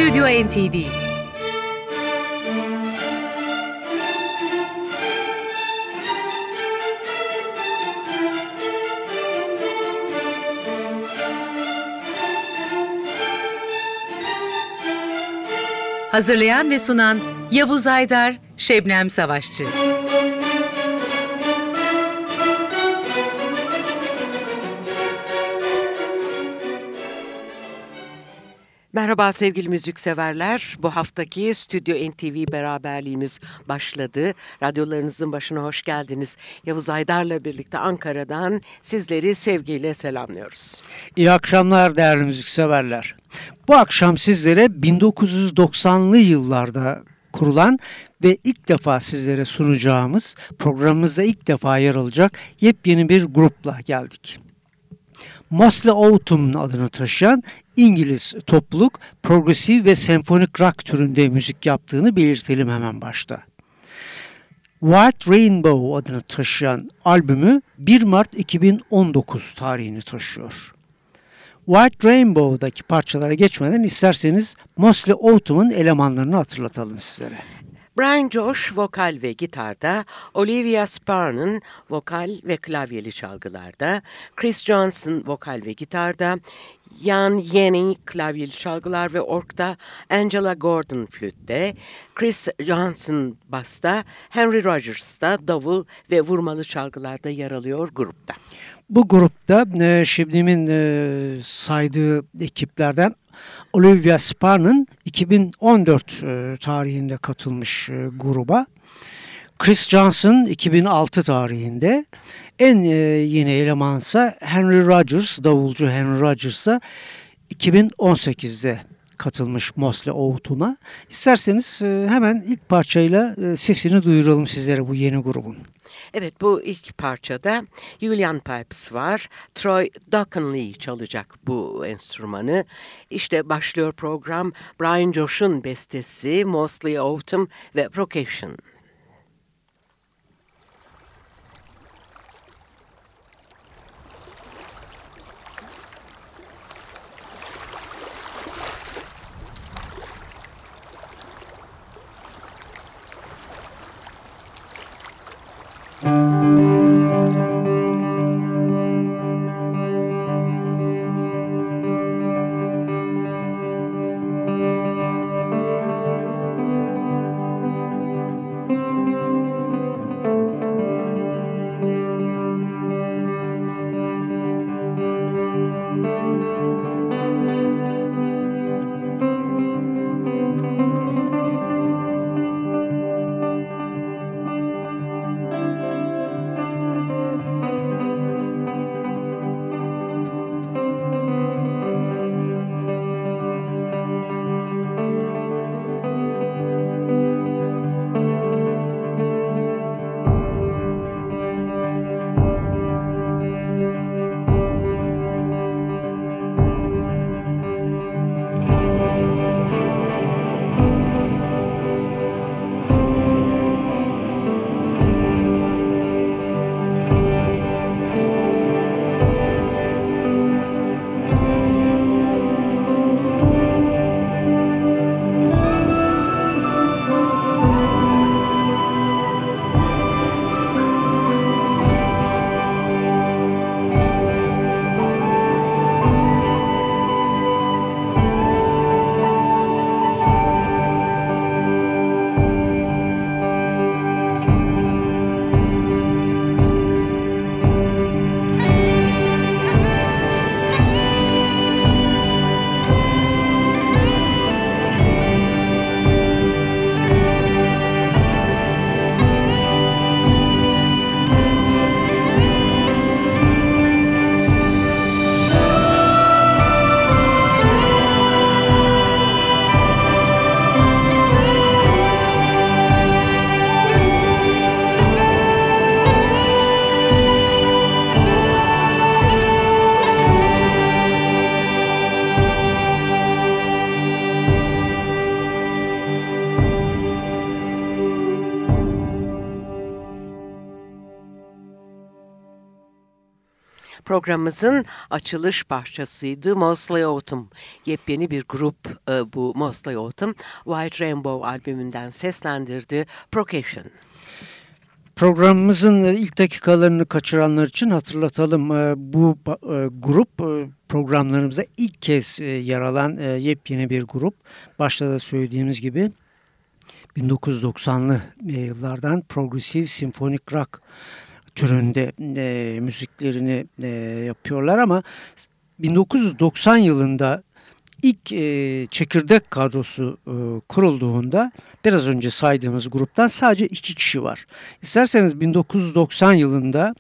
Stüdyo NTV. Hazırlayan ve sunan Yavuz Aydar, Şebnem Savaşçı. Merhaba sevgili müzikseverler. Bu haftaki Stüdyo NTV beraberliğimiz başladı. Radyolarınızın başına hoş geldiniz. Yavuz Aydar'la birlikte Ankara'dan sizleri sevgiyle selamlıyoruz. İyi akşamlar değerli müzikseverler. Bu akşam sizlere 1990'lı yıllarda kurulan ve ilk defa sizlere sunacağımız, programımızda ilk defa yer alacak yepyeni bir grupla geldik. Mosley Autumn adını taşıyan İngiliz topluluk progresif ve senfonik rock türünde müzik yaptığını belirtelim hemen başta. White Rainbow adını taşıyan albümü 1 Mart 2019 tarihini taşıyor. White Rainbow'daki parçalara geçmeden isterseniz Mosley Autumn'un elemanlarını hatırlatalım sizlere. Brian Josh vokal ve gitarda, Olivia Sparnan vokal ve klavyeli çalgılarda, Chris Johnson vokal ve gitarda, Jan Yenning klavyeli çalgılar ve orgda, Angela Gordon flütte, Chris Johnson basta, Henry Rogers da davul ve vurmalı çalgılarda yer alıyor grupta. Bu grupta Şebnem'in saydığı ekiplerden Olivia Sparnan 2014 tarihinde katılmış gruba. Chris Johnson 2006 tarihinde. En yeni elemansa Henry Rogers, davulcu Henry Rogers'a 2018'de katılmış Mosley Autumn'a. İsterseniz hemen ilk parçayla sesini duyuralım sizlere bu yeni grubun. Evet, bu ilk parçada Julian Pipes var. Troy Dockenley çalacak bu enstrümanı. İşte başlıyor program. Brian Josh'un bestesi Mosley Autumn ve Percussion. Programımızın açılış parçasıydı Mosley Autumn. Yepyeni bir grup bu Mosley Autumn. White Rainbow albümünden seslendirdi Procession. Programımızın ilk dakikalarını kaçıranlar için hatırlatalım. Bu grup programlarımıza ilk kez yer alan yepyeni bir grup. Başta da söylediğimiz gibi 1990'lı yıllardan progressive simfonik rock türünde müziklerini yapıyorlar ama 1990 yılında ilk çekirdek kadrosu kurulduğunda biraz önce saydığımız gruptan sadece 2 kişi var. İsterseniz 1990 yılında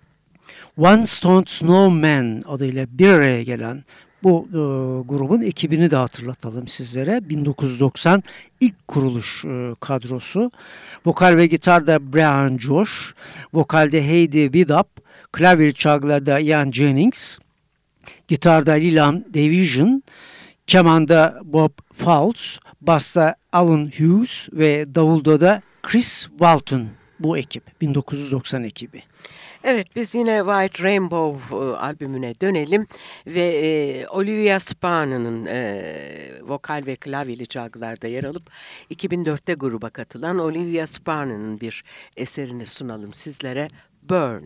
One Stone Snowman adıyla bir araya gelen bu grubun ekibini de hatırlatalım sizlere. 1990 ilk kuruluş kadrosu. Vokal ve gitarda Brian Josh, vokalde Heidi Widup, klavye çalgılarda Ian Jennings, gitarda Lilam Division, kemanda Bob Fowles, basta Alan Hughes ve davulda da Chris Walton, bu ekip, 1990 ekibi. Evet, biz yine White Rainbow albümüne dönelim ve Olivia Sparna'nın vokal ve klavyeli çalgılarda yer alıp 2004'te gruba katılan Olivia Sparna'nın bir eserini sunalım sizlere, Burn.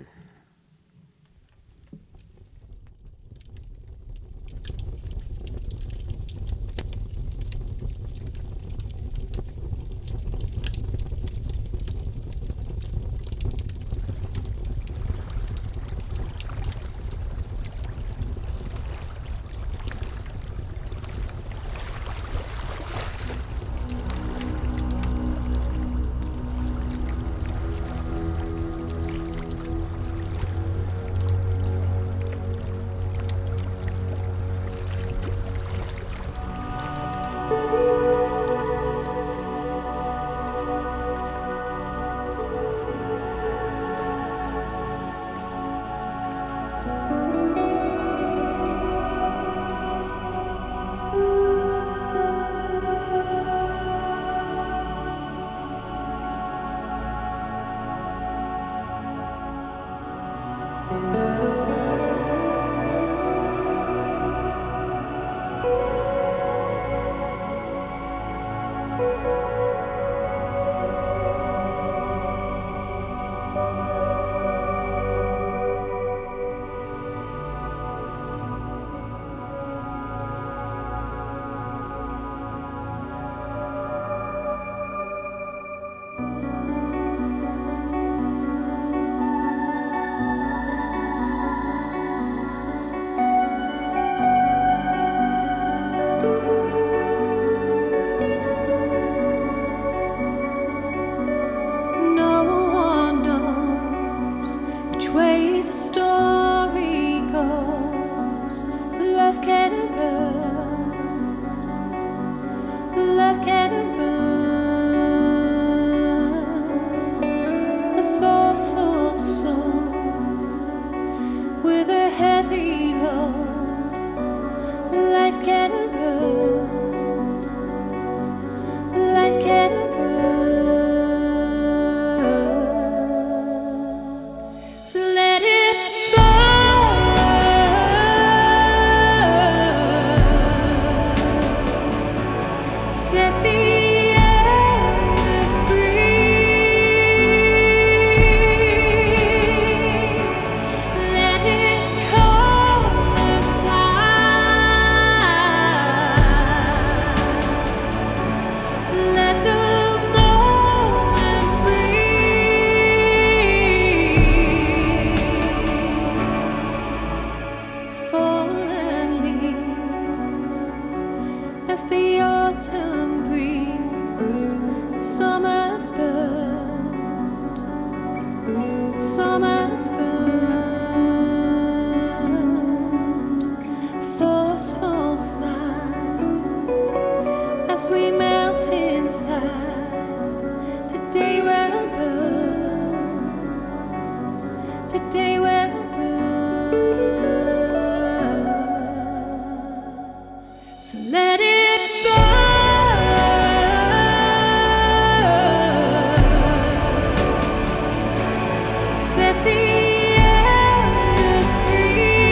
Set the endless free.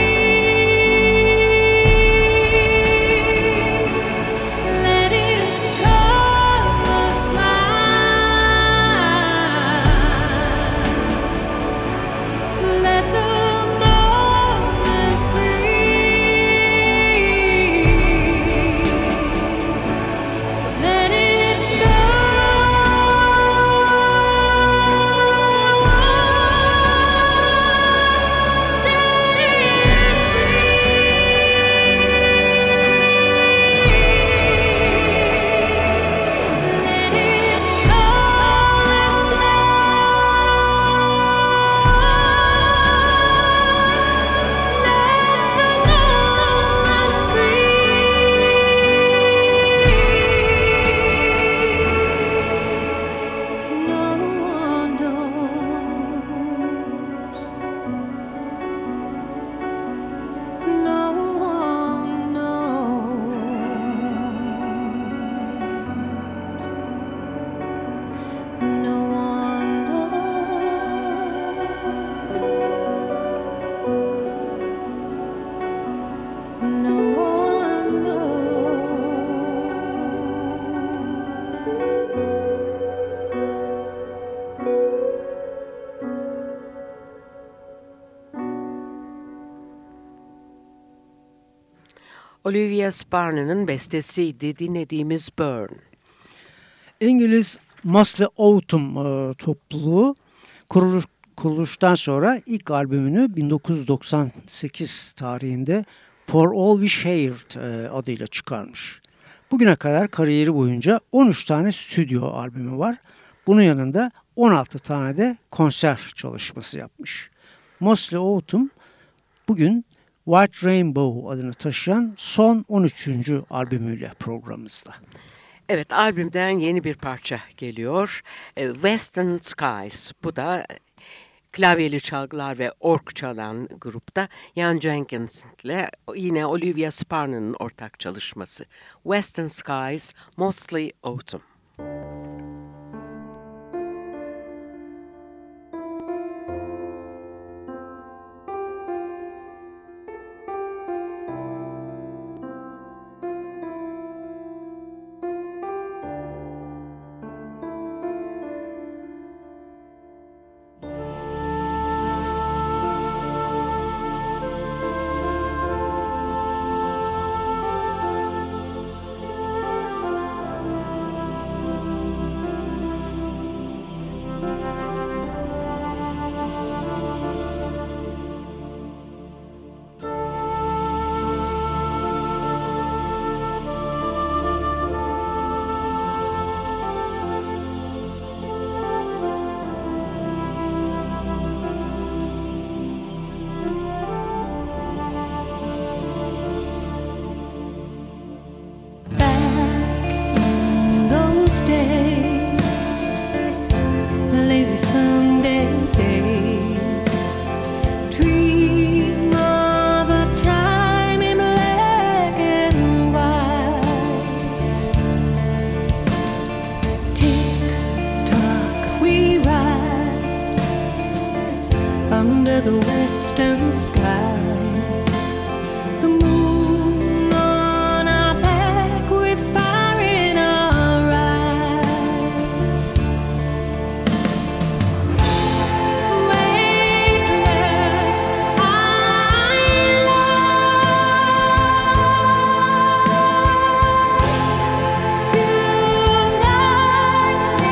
Olivia Sparna'nın bestesiydi dinlediğimiz Burn. İngiliz Mosley Autumn topluluğu kuruluştan sonra ilk albümünü 1998 tarihinde For All We Shared adıyla çıkarmış. Bugüne kadar kariyeri boyunca 13 tane stüdyo albümü var. Bunun yanında 16 tane de konser çalışması yapmış. Mosley Autumn bugün White Rainbow adını taşıyan son 13. albümüyle programımızda. Evet, albümden yeni bir parça geliyor. Western Skies. Bu da klavyeli çalgılar ve org çalan grupta Ian Jenkins ile yine Olivia Sparna'nın ortak çalışması. Western Skies, Mosley Autumn. Under the western skies, the moon on our back with fire in our eyes. Weightless, I love tonight we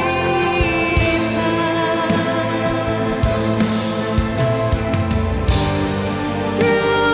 find. Through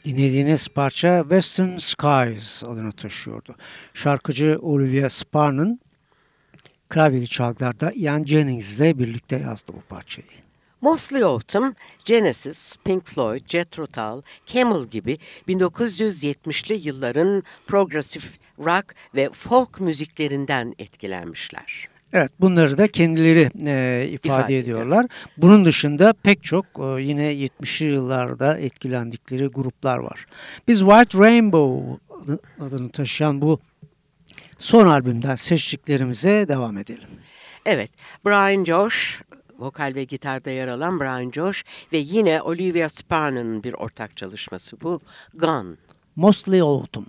Dinlediğiniz parça Western Skies adını taşıyordu. Şarkıcı Olivia Sparr'ın klavyeli çalgılarda Ian Jennings ile birlikte yazdı bu parçayı. Mostly Autumn, Genesis, Pink Floyd, Jethro Tull, Camel gibi 1970'li yılların progressive rock ve folk müziklerinden etkilenmişler. Evet, bunları da kendileri ifade ediyorlar. Bunun dışında pek çok yine 70'li yıllarda etkilendikleri gruplar var. Biz White Rainbow adını taşıyan bu son albümden seçtiklerimize devam edelim. Evet, Brian Josh, vokal ve gitarda yer alan Brian Josh ve yine Olivia Sparr'ın bir ortak çalışması bu, Gone. Mostly Autumn.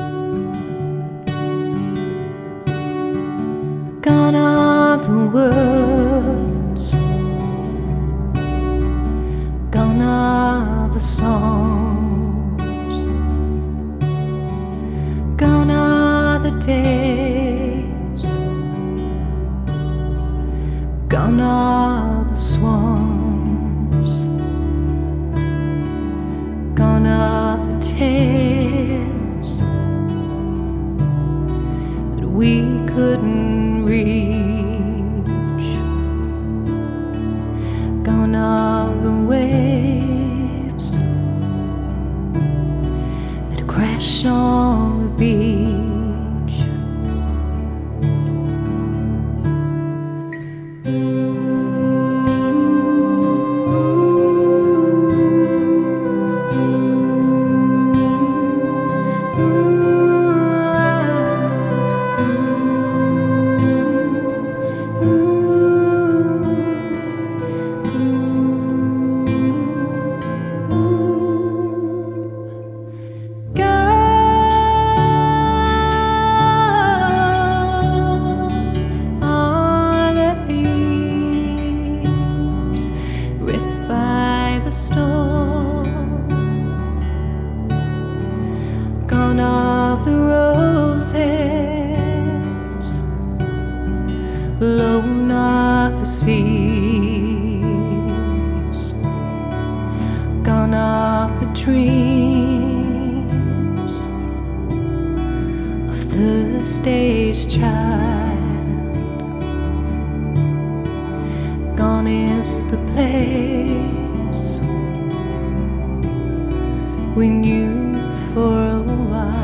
Gone are the words, gone are the songs, gone are the days, gone are the swans, gone are the tears that we couldn't reach, gone are the waves that crash on the beach. Blown off the seas, gone off the dreams of the stage child. Gone is the place we knew for a while.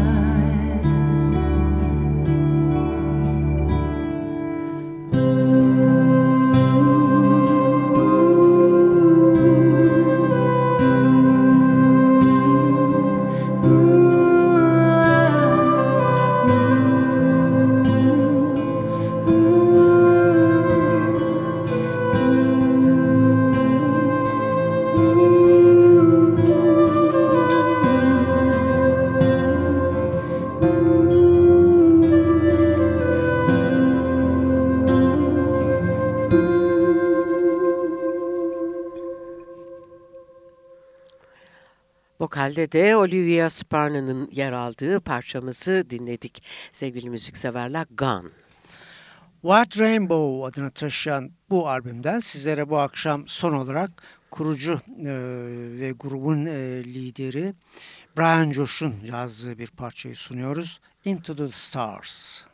Vokalde de Olivia Sparr'ın yer aldığı parçamızı dinledik sevgili müzikseverler, Gone. White Rainbow adını taşıyan bu albümden sizlere bu akşam son olarak kurucu ve grubun lideri Brian Josh'un yazdığı bir parçayı sunuyoruz. Into the Stars.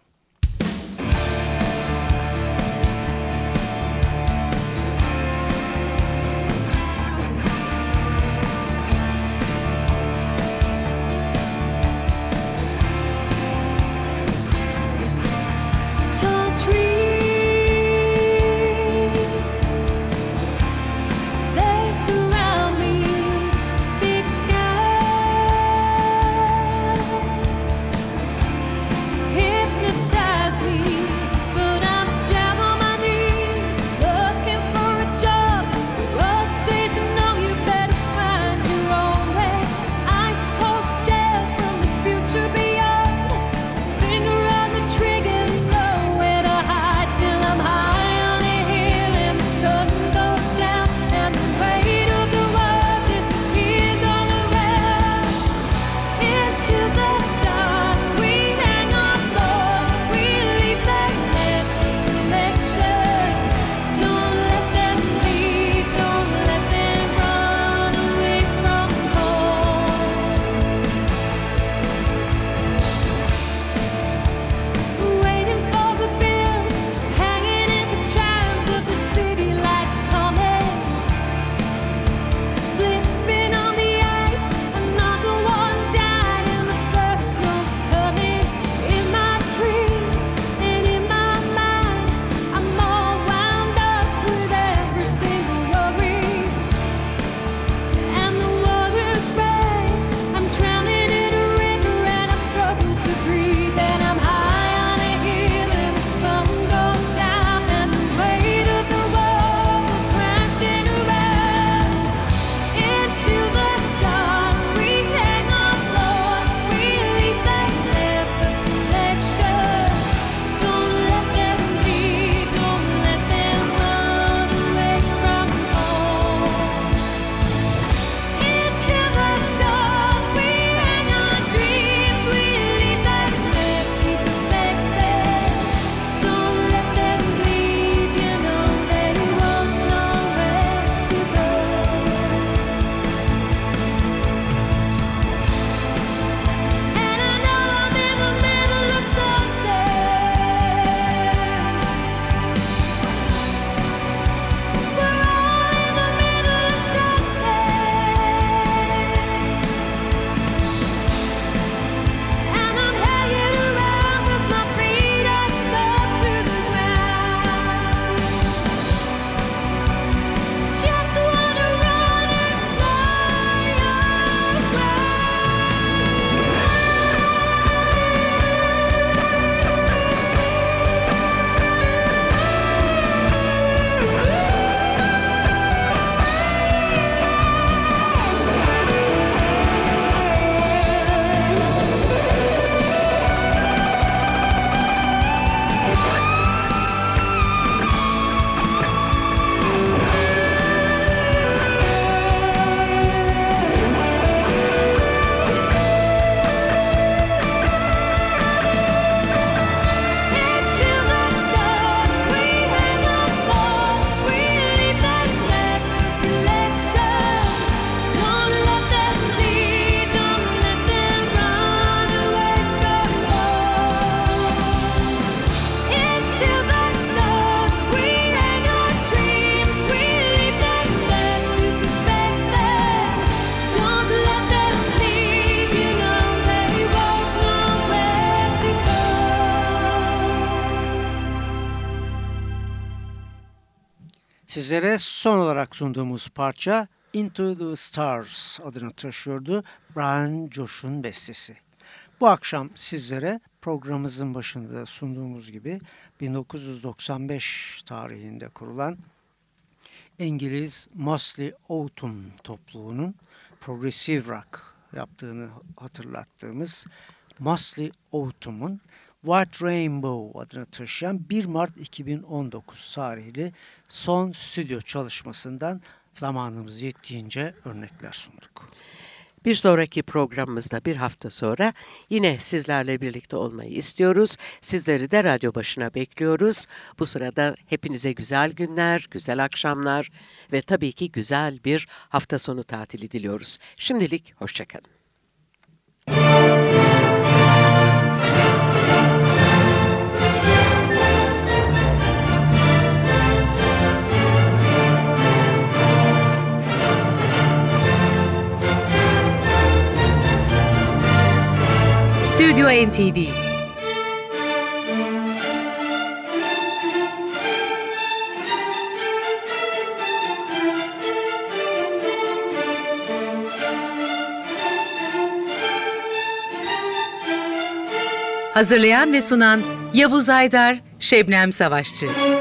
Tall trees, they surround me. Big skies, hypnotized. sizlere son olarak sunduğumuz parça Into the Stars adını taşıyordu. Brian Josh'un bestesi. Bu akşam sizlere programımızın başında sunduğumuz gibi 1995 tarihinde kurulan İngiliz Mosley Autumn topluluğunun progressive rock yaptığını hatırlattığımız Mosley Autumn'un White Rainbow adını taşıyan 1 Mart 2019 tarihli son stüdyo çalışmasından zamanımız yettiğince örnekler sunduk. Bir sonraki programımızda bir hafta sonra yine sizlerle birlikte olmayı istiyoruz. Sizleri de radyo başına bekliyoruz. Bu sırada hepinize güzel günler, güzel akşamlar ve tabii ki güzel bir hafta sonu tatili diliyoruz. Şimdilik hoşça kalın. Stüdyo NTV. Hazırlayan ve sunan Yavuz Aydar, Şebnem Savaşçı.